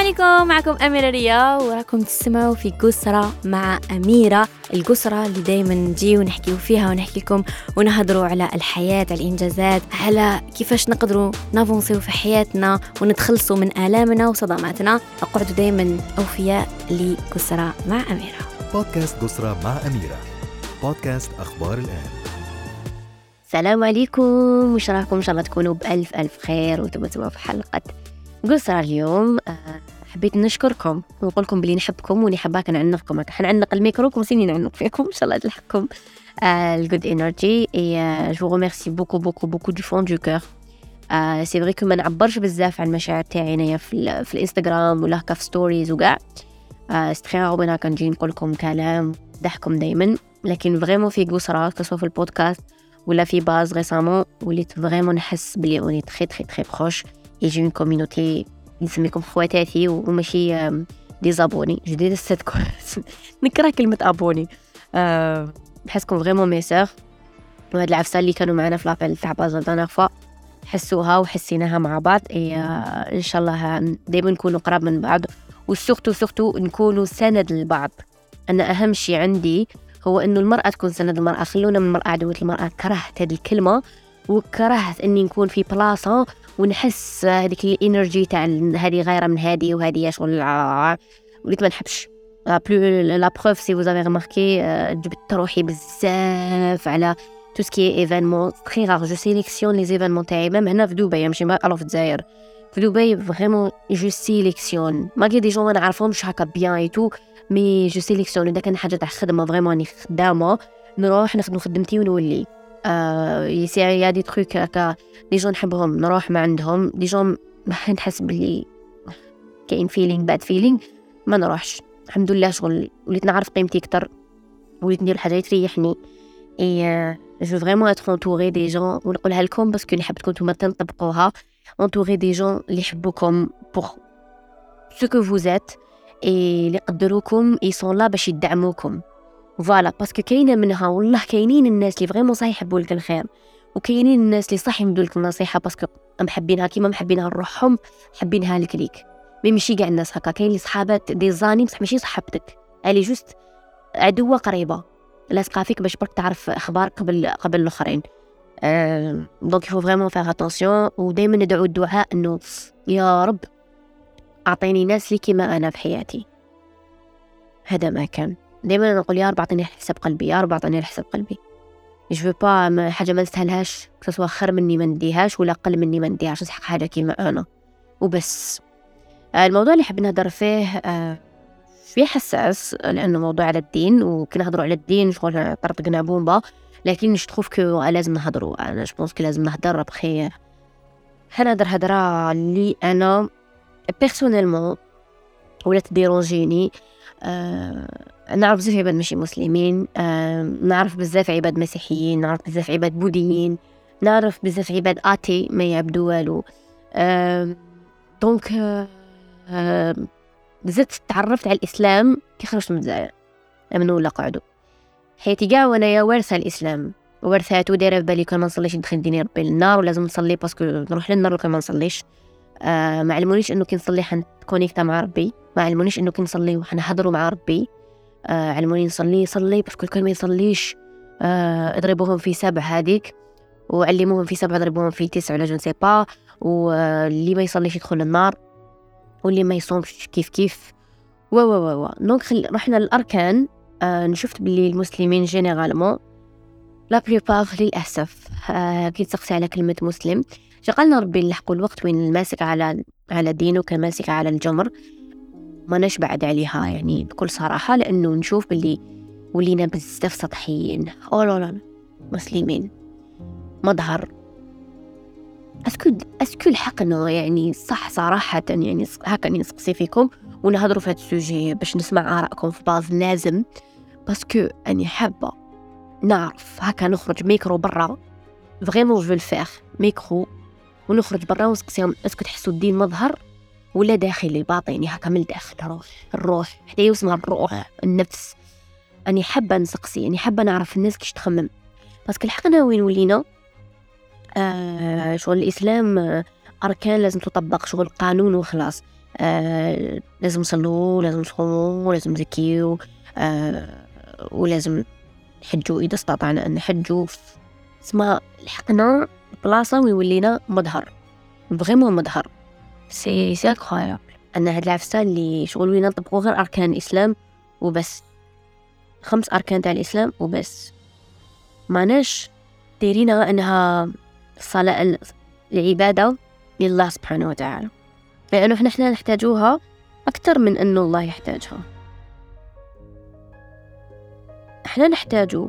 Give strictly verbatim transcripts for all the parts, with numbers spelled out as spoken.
عليكم، معكم أميرة ريا وراكم تسمعوا في قصرة مع أميرة. القصرة اللي دايما نجي ونحكيو فيها ونحكي لكم ونهضروا على الحياة، على الإنجازات، على كيفاش نقدروا نافونسيو في حياتنا ونتخلصوا من آلامنا وصدماتنا. أقعدوا دايما أوفياء لقصرة مع أميرة. بودكاست قصرة مع أميرة، بودكاست أخبار الآن. السلام عليكم، وش راكم؟ إن شاء الله تكونوا بألف ألف خير وتبتوا في حلقة قصرة اليوم. حبيت نشكركم ونقولكم بلي نحبكم ونحباك نعنقكم. حنعنق الميكرو كم سنين نعنق فيكم، إن شاء الله تلحقكم الجود إنرجي. et je vous remercie beaucoup beaucoup beaucoup du fond du cœur. c'est vrai que ما نعبرش بزاف عن المشاعر تاعي هنايا في في الانستغرام ولا هكا في ستوريز وكاع. استخيروا بنا كنجي نقولكم كلام ضحكم دائما، لكن فريمون في قصرة كسوا في البودكاست ولا في باز ريسامون وليت فريمون نحس بلي اوني تري تري تري بروش. يجي اون كوميونيتي نسميكم خواتاتي وماشي دي زابوني. جديد الصدق نكره كلمه ابوني. أه بحسكم فريمون ميسور، وهاد العفسه اللي كانوا معنا في لابيل تاع باز دانيير فوا حسوها وحسيناها مع بعض. اي ان شاء الله دائما نكونوا قراب من بعض، وسورتو سورتو نكونوا سند لبعض. انا اهم شيء عندي هو انه المراه تكون سند المراه. خلونا من المراه عدوة المراه. كرهت هذه الكلمه وكرهت اني نكون في بلاصه ونحس هذيك الانرجي تاع هذه غيره من هذه وهذه شغل وليت ما نحبش. بلو لا بروف سي vous avez remarqué جبت روحي بزاف على تو سكي ايفينمون تري رار. جو سيليكسيون لي ايفينمون تاعي ميم هنا في دبي، ماشي الو في الجزائر. في دبي فريمون جو سيليكسيون ماغي دي جون ما نعرفهمش هكا بيان اي تو، مي جو سيليكسيون اذا كان حاجه تاع خدمه فريمون اني خدامه نروح نخدم خدمتي ونولي. آه يسي يا دي تروك هكا دي جون نحبهم نروح ما عندهم، دي جون نحس بلي كاين فيلينغ باد فيلينغ ما نروحش. الحمد لله شغل وليت نعرف قيمتي اكثر، وليت ندير حاجه تريحني. اي جو فريمون اتر انتوري دي جون، ونقولها لكم باسكو نحب تكونوا تنطبقوها. انتوري دي جون اللي يحبوكم بور سو كو فوز ات اي اللي يقدروكم اي سون لا باش يدعموكم. فوالا باسكو كاينه منها والله كاينين الناس اللي فريمون صح يحبوا لك الخير، وكاينين الناس اللي صح يمدوا لك النصيحه باسكو محبينها كيما محبينها لروحهم حابينها لك ليك. مي ماشي كاع الناس هكا. كاين لي صحابات دي زاني بصح ماشي صاحبتك، علي جوست عدوه قريبه لاصقه فيك باش برك تعرف اخبار قبل قبل الاخرين. أه دونك يفو فريمون فيغ اتونسيون، ودائما ندعو الدعاء انه يا رب اعطيني ناس لي كيما انا في حياتي. هذا ما كان دائما نقول يا رب اعطيني حساب قلبي، يا رب اعطيني حساب قلبي. جو با حاجه ما نستاهلهاش سواء خير مني ما نديهاش ولا اقل مني ما نديهاش، نسحق حاجه كيما انا وبس. الموضوع اللي حاب نهضر فيه فيه حساس لانه موضوع على الدين، وكنا نهضروا على الدين شغل طرطقنا بومبا، لكن نش تخوف كو لازم نهضروا. انا جو بونس كو لازم نهضر بخي هنهضر هضره اللي انا بيرسونيلمون ولا تديرونجيني. أه نعرف بزاف عباد ماشي مسلمين، أه نعرف بزاف عباد مسيحيين، نعرف بزاف عباد بوذيين، نعرف بزاف عباد آتي ما يعبدوا والو. أه دونك أه بزاف تعرفت على الإسلام كي خرجت من الجزائر امنوا ولا قعدوا حياتي كاع وانا يا وارثه الإسلام ورثاتو دايره في بالي كان ما نصليش ندخل ديني ربي للنار ولازم نصلي باسكو نروح للنار لو كان ما نصليش. أه ما علمونيش انه كي نصلي حنكونيكتا مع ربي، ما علمونيش انه كي نصلي وحنهضروا مع ربي. آه علموني نصلي صلي باسكو كل ما يصليش آه اضربوهم في سبع هذيك، وعلموهم في سبع اضربوهم في تسع ولا جو نسي با. واللي ما يصليش يدخل النار، واللي ما يصومش كيف كيف و و و دونك خل... رحنا للاركان. آه نشوفت باللي المسلمين جينيرالمون لا بليبار للاسف آه كي تسقسي على كلمه مسلم شغلنا ربي نلحقوا الوقت وين الماسك على على دينه كماسك على الجمر ما نشبعد عليها يعني بكل صراحة، لأنه نشوف باللي ولينا بزاف سطحيين. أولا مسلمين مظهر أسكو أسكو الحقنا يعني صح صراحة يعني هكا نسقسي فيكم ونهضروا في هذا السوجي باش نسمع آراءكم في بعض. لازم باسكو أني حابة نعرف هكا نخرج ميكرو برا فريمون جو الفيغ ميكرو ونخرج برا ونسقسيهم أسكو تحسوا الدين مظهر ولا داخلي باطني هكا من الداخل. الروح الروح حتى يسمى الروح النفس. اني حابه نسقسي، اني حابه نعرف الناس كيش تخمم باسكو الحقنا وين ولينا. آه شغل الاسلام آه اركان لازم تطبق، شغل قانون وخلاص. آه لازم صلوا، لازم صوموا، ولازم زكيوا، آه ولازم حجوا إذا استطعنا أن نحجوا. اسمها لحقنا بلاصة ويولينا مظهر بغيمو مظهر. سي سي انكرويابل أن هاد العفسة اللي شغل ولينا نطبقوا غير أركان الإسلام وبس، خمس أركان تاع الإسلام وبس، معناش دايرينها أنها الصلاة العبادة لله سبحانه وتعالى، لأنه إحنا إحنا نحتاجوها أكتر من أنه الله يحتاجها. إحنا نحتاجو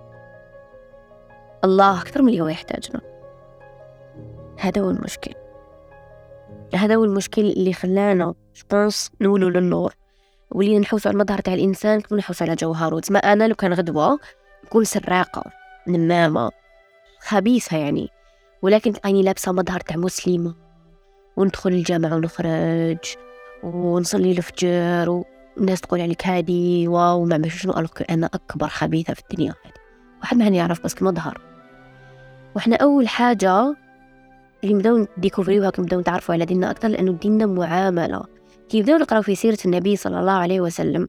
الله أكتر من اللي هو يحتاجنا. هذا هو المشكل، هذا هو المشكل اللي خلانا شبونس نولو للنور ولينا نحوس على المظهر تاع الإنسان كما نحوس على جوهره. تسمى أنا لو كان غدوة نكون سراقة نمامة خبيثة يعني، ولكن تلقاني لابسة مظهر تاع مسلمة وندخل الجامعة ونخرج ونصلي الفجر والناس تقول عليك هادي واو ما عملش شنو، قالك أنا أكبر خبيثة في الدنيا. هذه واحد ما يعرف بس مظهر. وإحنا أول حاجة اللي نبداو نديكوفريوها كي نبداو نتعرفوا على ديننا أكثر، لأنه ديننا معاملة. كي نبداو نقراو في سيرة النبي صلى الله عليه وسلم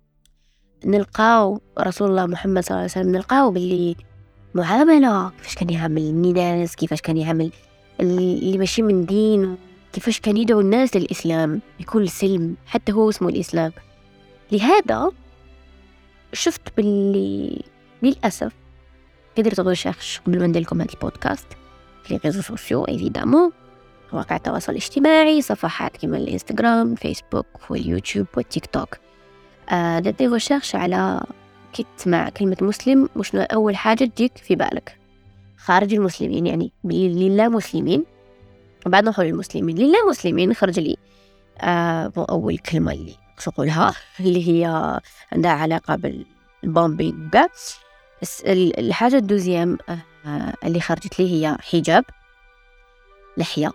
نلقاو رسول الله محمد صلى الله عليه وسلم نلقاو باللي معاملة، كيفاش كان يعامل الناس، كيفاش كان يعامل اللي ماشي من دين، كيفاش كان يدعو الناس للإسلام بكل سلم، حتى هو اسمه الإسلام. لهذا شفت باللي للأسف قدرت أغشخ قبل ما ندير لكم هذا البودكاست في ريزو سوسيو إيفيدامون، مواقع التواصل الاجتماعي، صفحات كما الانستغرام، فيسبوك واليوتيوب والتيك توك. آه درت ريشيرش على كي تسمع كلمة مسلم وشنو أول حاجة تجيك في بالك. خارج المسلمين يعني لله مسلمين، وبعد نحول المسلمين لله مسلمين خرج لي آه أول كلمة اللي أقولها اللي هي عندها علاقة بالبومبينج. بس الحاجة الدوزيام آه اللي خرجت لي هي حجاب، لحية،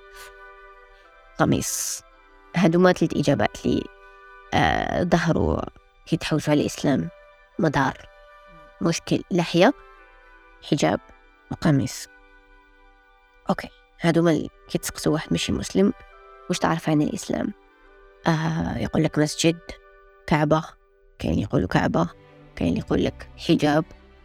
قميص. هادو ما ثلاث إجابات لي آه ظهروا كي تحوسوا على الإسلام مظهر مشكل. لحية، حجاب، وقميص. أوكي، هادو ما كي تسقسوا واحد ماشي مسلم واش تعرف عن الإسلام، آه يقول لك مسجد، كعبة، كاين يقولوا كعبة، كاين يقول لك حجاب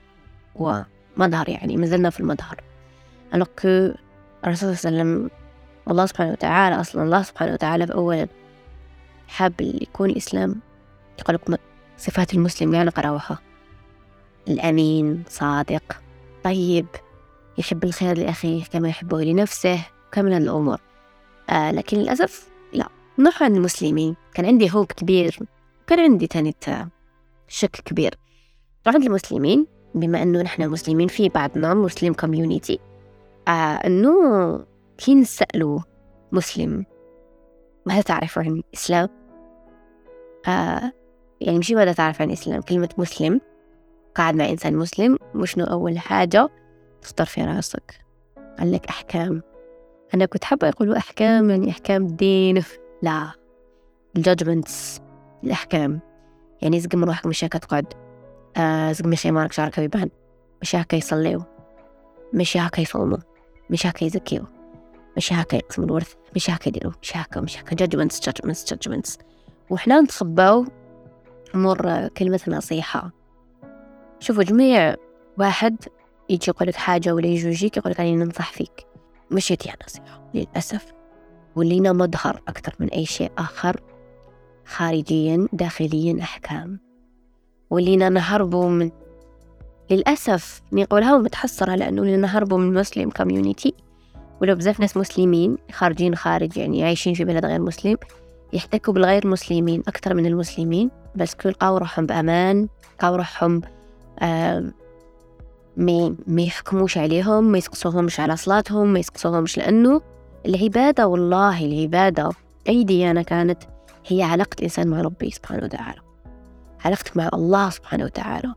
ومظهر، يعني مازلنا في المظهر. أنك الرسول صلى الله عليه وسلم والله سبحانه وتعالى أصلا الله سبحانه وتعالى أولا حاب يكون الإسلام يقول لك صفات المسلم يعني قراوها: الأمين، صادق، طيب، يحب الخير لأخيه كما يحبه لنفسه، كامل الأمور. آه لكن للأسف لا، نروح عن المسلمين. كان عندي هوب كبير، كان عندي تاني شك كبير. نروح عند المسلمين بما أنه نحن مسلمين في بعضنا مسلم كوميونيتي، آه أنه كي نسألوا مسلم ماذا تعرف عن الإسلام، آه يعني مش ماذا تعرف عن الإسلام، كلمة مسلم، قاعد مع إنسان مسلم وشنو أول حاجة تخطر في راسك؟ قال لك أحكام. أنا كنت حابة يقولوا أحكام يعني أحكام الدين، لا، الجادجمنتس، الأحكام. يعني زقم روحك مش هكا تقعد، آه زقم مش مالك شعرك بيبان، مش هكا يصليوا، مش هكا يصوموا، مش هكا يزكيوا، مش هكا يقسموا الورث، مش هكا يديروا، مش هكا مش هكا جادجمنتس جادجمنتس جادجمنتس. وإحنا نتخباو أمور كلمة نصيحة. شوفوا جميع واحد يجي يقولك حاجة ولا يجي يجيك يقولك أنا ننصح فيك، مش يتيع نصيحة للأسف. ولينا مظهر أكثر من أي شيء آخر، خارجيا داخليا أحكام. ولينا نهربوا من، للأسف نقولها ومتحسرة، لأنه لينا نهربوا من مسلم كوميونيتي. ولو بزاف ناس مسلمين خارجين خارج يعني عايشين في بلد غير مسلم يحتكوا بالغير مسلمين أكثر من المسلمين، بس كل لقاو روحهم بأمان، لقاو روحهم آه ما ما يحكموش عليهم، ما يسقسوهمش على صلاتهم، ما يسقسوهمش، لأنه العبادة والله العبادة أي ديانة كانت هي علاقة الإنسان مع ربي سبحانه وتعالى، علاقتك مع الله سبحانه وتعالى.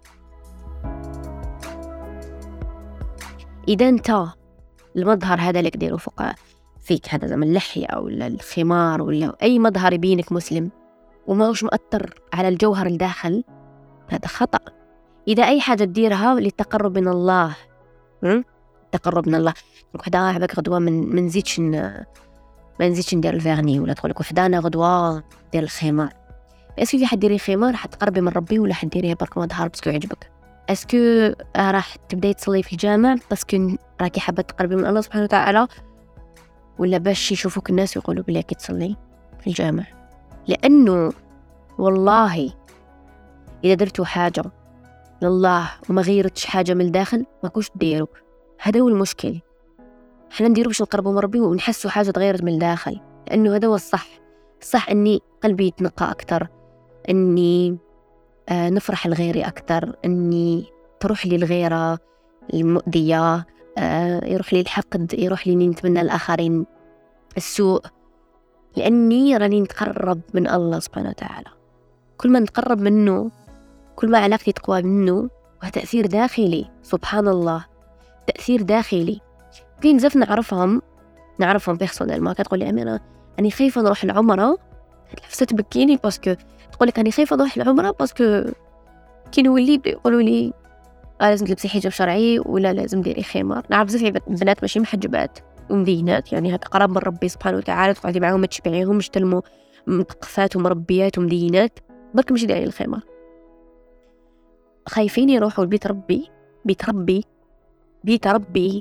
إذا أنت المظهر هذا اللي كديروا فوق فيك، هذا زمن اللحية ولا الخمار ولا أي مظهر يبينك مسلم وما هوش مؤثر على الجوهر الداخل، هذا خطأ. إذا أي حاجة تديرها للتقرب من الله، تقرب من الله، وحدا حبك غدوة من من زيدش ما نزيدش ندير الفيرني، ولا تقول لك وحدانا غدوة دير الخمار. اسكو في حد ديري خمار حتقربي من ربي، ولا حديريه برك مظهر باسكو يعجبك؟ اسكو راح تبداي تصلي في الجامع باسكو راكي حابه تقربي من الله سبحانه وتعالى، ولا باش يشوفوك الناس ويقولوا بلي راكي تصلي في الجامع؟ لانه والله اذا درتوا حاجه لله وما غيرتش حاجه من الداخل ما كوش ديروا. هذا هو المشكل، احنا نديروا باش نقربوا من ربي ونحسوا حاجه تغيرت من الداخل، لانه هذا هو الصح. الصح اني قلبي يتنقى اكثر، اني آه نفرح لغيري اكثر، اني تروح لي الغيره المؤذيه، آه يروح لي الحقد، يروح لي نتمنى الاخرين السوء، لاني راني نتقرب من الله سبحانه وتعالى. كل ما نتقرب منه كل ما علاقتي تقوى منه، وتأثير داخلي. سبحان الله، تأثير داخلي. كاين بزاف نعرفهم نعرفهم بيرسونيل ما كتقول لي أميرة أنا خايفة نروح العمرة، حفصة تبكيني باسكو تقول لك أنا خايفة نروح العمرة باسكو كي نولي يقولوا لي آه لازم تلبسي حجاب شرعي ولا لازم ديري خمار. نعرف بزاف بنات ماشي محجبات ومدينات، يعني هكا قراب من ربي سبحانه وتعالى، تقعدي معاهم ما تشبعيهمش، تلموا مثقفات ومربيات ومدينات، برك ماشي دايرين الخمار. خايفين يروحوا لبيت ربي بيت ربي بيت ربي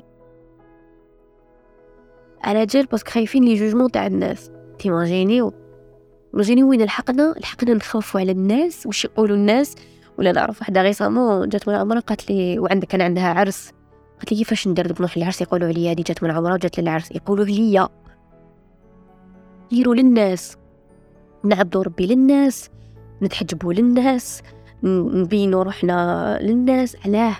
على جال باسكو خايفين لي جوجمون تاع الناس. تيماجينيو ماجيني وين الحقنا الحقنا نخافوا على الناس واش يقولوا الناس. ولا نعرف واحده غيصامون جات من عمره قالت لي وعندك كان عندها عرس، قالت لي كيفاش ندير نروح للعرس يقولوا عليا هذه جات من عمره وجات للعرس يقولوا لي ديروا للناس، نعبدوا ربي للناس، نتحجبوا للناس، نبينوا روحنا للناس. علاه؟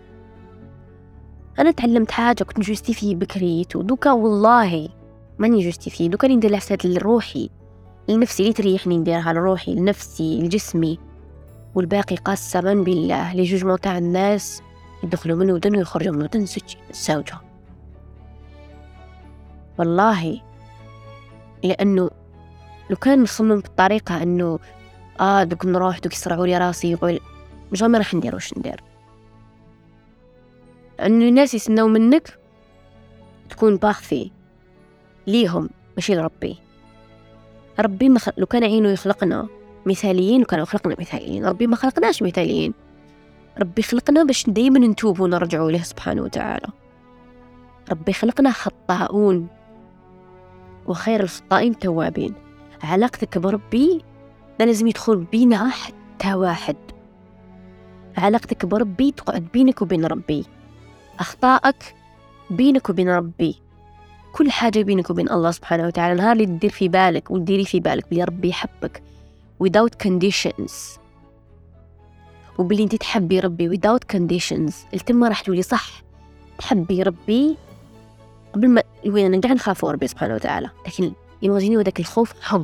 انا تعلمت حاجه كنت نجوستيفي بكريت ودوكا والله ماني جوستيفي، دوكا ندير الحسات لروحي لنفسي اللي تريحني نديرها لروحي لنفسي لجسمي، والباقي قسما بالله لي جوجمون تاع الناس يدخلوا من ودن ويخرجوا من ودن الزوجه. والله لانه لو كان نصمم بالطريقه انه اه دوك نروح دوك يسرعوا لي راسي يقول جامي راح ندير واش ندير، انه الناس يسناو منك تكون باخفي ليهم ماشي لربي. ربي ما خلق... لو كان عينه يخلقنا مثاليين وكانوا خلقنا مثاليين. ربي ما خلقناش مثاليين، ربي خلقنا باش دايما نتوب ونرجعوا له سبحانه وتعالى. ربي خلقنا خطاؤون وخير الخطائين توابين. علاقتك بربي ما لازم يدخل بينها حتى واحد. علاقتك بربي تقعد بينك وبين ربي، أخطائك بينك وبين ربي، كل حاجة بينك وبين الله سبحانه وتعالى. نهار اللي تدير في بالك وتديري في بالك بلي ربي يحبك without conditions، وبلي انت تحبي ربي without conditions، التما راح تولي صح تحبي ربي قبل ما وين نقعد نخافوا ربي سبحانه وتعالى. لكن يماجيني وداك الخوف حب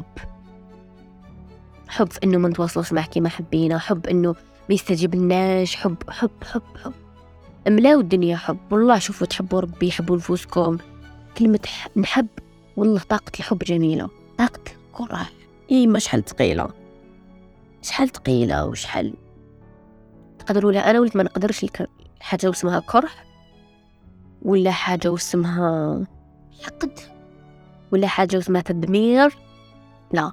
حب انه ما نتواصلوش معك كيما حبينا، حب انه ما يستجيب لناش، حب حب حب حب املاو الدنيا حب. والله شوفوا تحبوا ربي، حبوا نفوسكم. كلمة نحب والله طاقة الحب جميلة، طاقة الكره إيه ما شحال ثقيلة شحال ثقيلة وشحال تقدروا. لا أنا وليت ما نقدرش لك حاجة واسمها كره، ولا حاجة واسمها حقد، ولا حاجة واسمها تدمير، لا.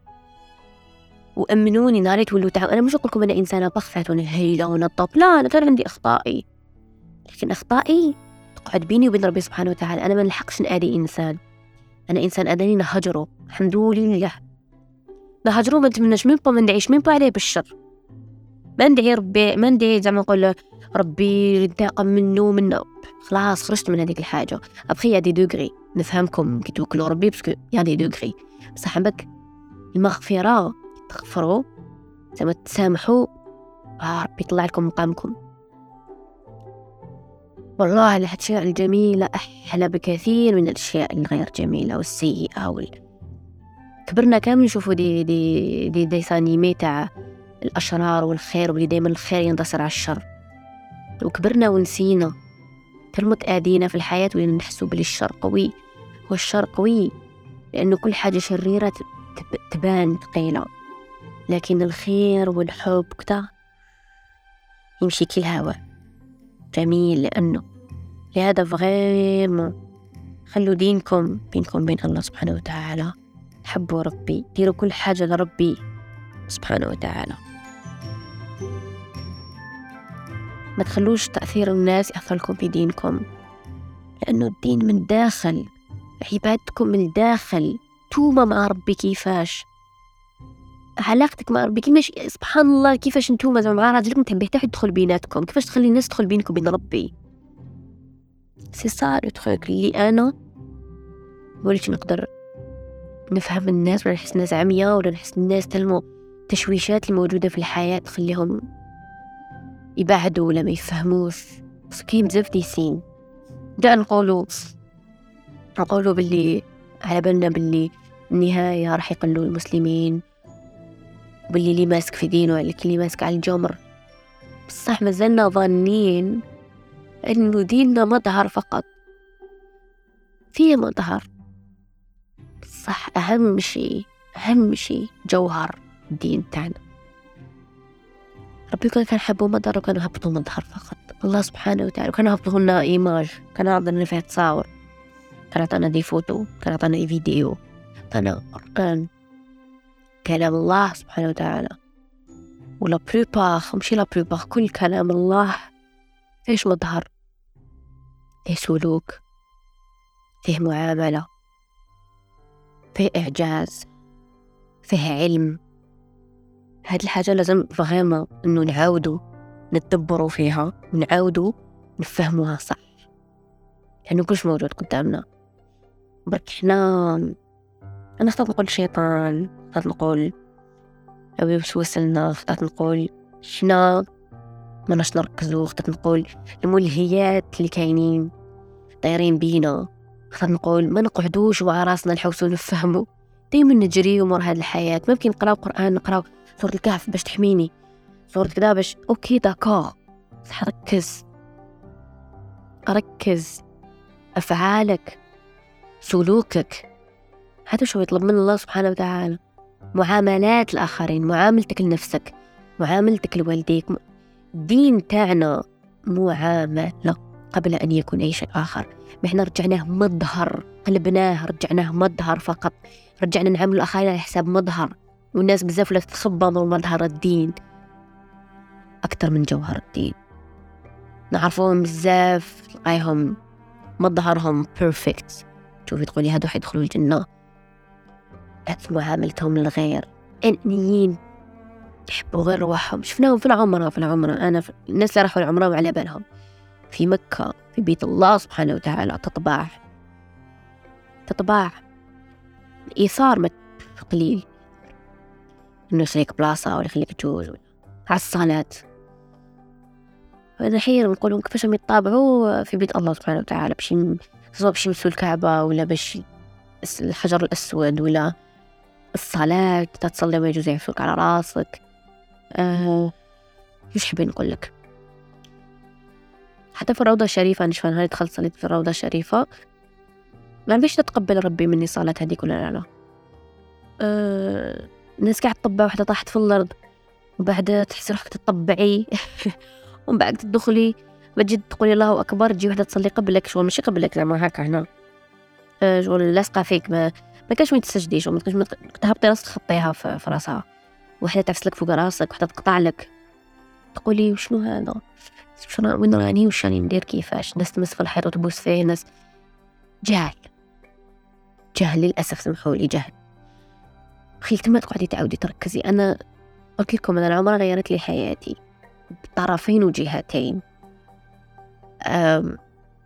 وأمنوني ناري تولوا تعاون. أنا مش أقول لكم أنا إنسانة بخفت ونهيلة ونطب، لا أنا ترى عندي أخطائي، لكن أخطائي تقعد بيني وبين ربي سبحانه وتعالى. أنا ما نلحقش نأذي إنسان، أنا إنسان أذاني نهجره الحمد لله، نهجره ما نتمناش مين با ما ندعيش مين با عليه بالشر، ما ندعي ربي ما ندعي زعما نقول ربي ينتقم منه منه. خلاص خرجت من هذيك الحاجة. أبخي يا دي دوغري نفهمكم كي توكلوا ربي باسكو يا دي دوغري، بصح عندك المغفرة تغفروا زعما تسامحوا، آه ربي يطلع لكم مقامكم. والله الأشياء الجميلة أحلى بكثير من الأشياء الغير جميلة والسيئة وال... كبرنا كامل نشوفوا دي دي دي ديسانيمي تاع الأشرار والخير، واللي دايما الخير ينتصر على الشر، وكبرنا ونسينا كلمة آدينا في الحياة ونحسوا بلي الشر قوي. والشر قوي لأنه كل حاجة شريرة تبان ثقيلة، لكن الخير والحب كتا يمشي كي الهواء جميل. لأنه لهذا فغيرمون خلوا دينكم بينكم بين الله سبحانه وتعالى، حبوا ربي، ديروا كل حاجة لربي سبحانه وتعالى. ما تخلوش تأثير الناس يأثركم في دينكم، لأنه الدين من داخل، عبادتكم من داخل. توما مع ربي كيفاش، علاقتك مع ربي كيفاش، سبحان الله كيفاش انتوما زعما مع راجلكم تحبي حتى تدخل بيناتكم، كيفاش تخلي الناس تدخل بينكم وبين ربي. سي سا لو تروك اللي انا وليت نقدر نفهم الناس، ولا نحس الناس عمية، ولا نحس الناس تلمو تشويشات الموجودة في الحياة تخليهم يبعدوا ولا ما يفهموش. كاين بزاف نيسين دا نقولوا نقولوا باللي على بالنا باللي النهاية راح يقلوا المسلمين، باللي اللي ماسك في دينه على اللي ماسك على الجمر. بصح مازلنا ظانين انه ديننا مظهر فقط، فيه مظهر. صح، اهم شيء اهم شيء جوهر الدين تاعنا. ربي كان حبوا مظهر وكانوا هبطوا مظهر فقط. الله سبحانه وتعالى كان هبطوا لنا ايماج، كان عطانا فيها تصاور، كان عطانا دي فوتو، كان عطانا دي فيديو، عطانا قرآن، كلام الله سبحانه وتعالى. ولا بروبار مشي لا بروبار كل كلام الله فيش مظهر، فيه سلوك، فيه معاملة، فيه إعجاز، فيه علم. هاد الحاجة لازم فهمها إنه نعاودوا نتدبروا فيها ونعاودوا نفهموها صح، لأنه كلش موجود قدامنا. برك إحنا أنا اخترت نقول شيطان، اخترت نقول أو يوسوس لنا، اخترت نقول إحنا ما ناش نركزوا، اخترت نقول الملهيات اللي كاينين دايرين بينا، اخترت نقول ما نقعدوش مع راسنا نحوسوا نفهموا، دايما نجري ومر هذه الحياة. ما يمكن نقراو قرآن، نقراو سورة الكهف باش تحميني، سورة كذا باش أوكي داكور، صح ركز ركز أفعالك سلوكك، هذا شو يطلب من الله سبحانه وتعالى. معاملات الآخرين، معاملتك لنفسك، معاملتك لوالديك. الدين تاعنا معاملة قبل أن يكون أي شيء آخر. احنا رجعناه مظهر، قلبناه رجعناه مظهر فقط، رجعنا نعامل الآخرين على حساب مظهر. والناس بزاف لا تتخبى من مظهر الدين أكثر من جوهر الدين. نعرفوهم بزاف تلقايهم مظهرهم بيرفكت، شوفي تقولي هادو حيدخلوا الجنة، معاملتهم للغير أنانيين، يحبوا غير رواحهم. شفناهم في العمرة في العمرة أنا في الناس اللي راحوا العمرة وعلى بالهم في مكة في بيت الله سبحانه وتعالى تطبع تطبع إيثار مت قليل، إنه يخليك بلاصة ولا يخليك تجوز على الصلاة. فأنا حين نقولهم كيفاش هم يطابعوا في بيت الله سبحانه وتعالى، باش سواء باش يمسوا الكعبة ولا باش الحجر الأسود ولا الصلاة تتصلي ما يجوز يعفوك على راسك. أه مش حابين نقول لك حتى في الروضة الشريفة، نشوف أنا دخلت صليت في الروضة الشريفة ما نبيش تتقبل ربي مني صلاة هذيك ولا لا. أه الناس قاعد تطبع واحدة طاحت في الأرض، وبعد تحسي روحك تطبعي ومن بعد تدخلي بتجي تقولي الله أكبر، تجي واحدة تصلي قبلك، شغل ماشي قبلك زعما هكا هنا أه شغل لاصقة فيك، ما ما كاش وين تسجدي، شغل ما تقدريش تهبطي راسك تخطيها في, في راسها، واحدة تعفسلك فوق راسك، واحدة تقطع لك، تقولي وشنو هذا، شنو وين راني وش راني ندير، كيفاش ناس تمس في الحيط وتبوس فيه، ناس جهل جهل للأسف، سمحوا جهل. خيلت ما تقعدي تعودي تركزي. أنا قلت لكم أنا العمرة غيرت لي حياتي بطرفين وجهتين، أم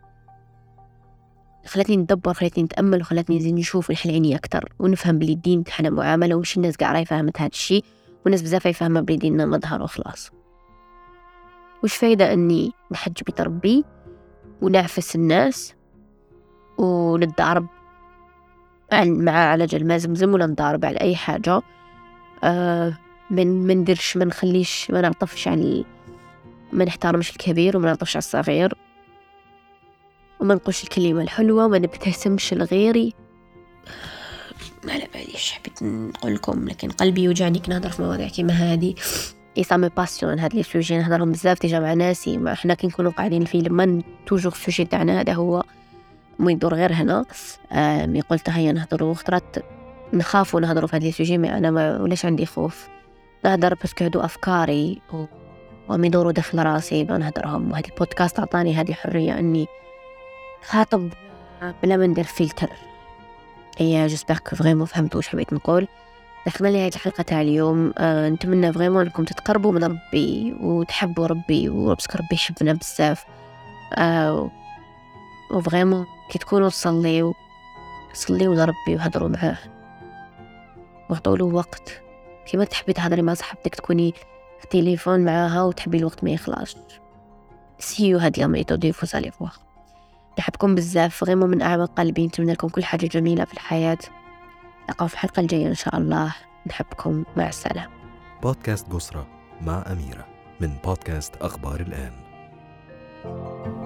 خلتني ندبر، خلتني نتأمل، وخلتني نزيد نشوف ونحل عيني أكتر ونفهم بلي الدين حنا معاملة، ومش الناس قاعدة فهمت هذا الشيء، والناس بزاف يفهمها بلي ديننا مظهر وخلاص. وش فايدة أني نحج بيت ربي ونعفس الناس ونتضارب مع على جل زمزم، ولا نضارب على أي حاجة، آه من ما نديرش ما نخليش ما نعطفش على ما نحترمش الكبير وما نعطفش على الصغير، وما نقولش الكلمة الحلوة وما نبتسمش لغيري. ما على باليش حبيت نقول لكم، لكن قلبي يوجعني كي نهضر في مواضيع كيما هذه. اي سامي باسيون هاد لي سوجي نهضرهم بزاف ديجا مع ناسي، ما احنا كي نكونوا قاعدين الفيلم ما توجور السوجي تاعنا هذا هو مو يدور غير هنا. يقول هيا نهضروا، خطرات نخافوا نهضروا في هذه السوجي، ما أنا ما وليش عندي خوف نهضر بس كهدو أفكاري وما يدوروا داخل راسي بنهضرهم. وهذا البودكاست أعطاني هذه الحرية أني خاطب بلا ما ندير فلتر. هي جسبر كو فريمون فهمتوا واش حبيت نقول. دخلنا لهذه الحلقة تاع اليوم. أه نتمنى فريمون انكم تتقربوا من ربي وتحبوا ربي، وبسك ربي يحبنا بزاف. أه وفريمون كي تكونوا تصليوا صليوا لربي وهضروا معاه وعطوا له وقت. كيما تحبي تهضري مع صاحبتك تكوني في التليفون معاها وتحبي الوقت ما يخلاص. سيو هاد لا ميثود فو سالي فوا. نحبكم بزاف فريمون من اعماق قلبي. نتمنى لكم كل حاجه جميله في الحياه. نلقاو في الحلقه الجايه ان شاء الله. نحبكم، مع السلامه. بودكاست قسرة مع أميرة من بودكاست أخبار الآن.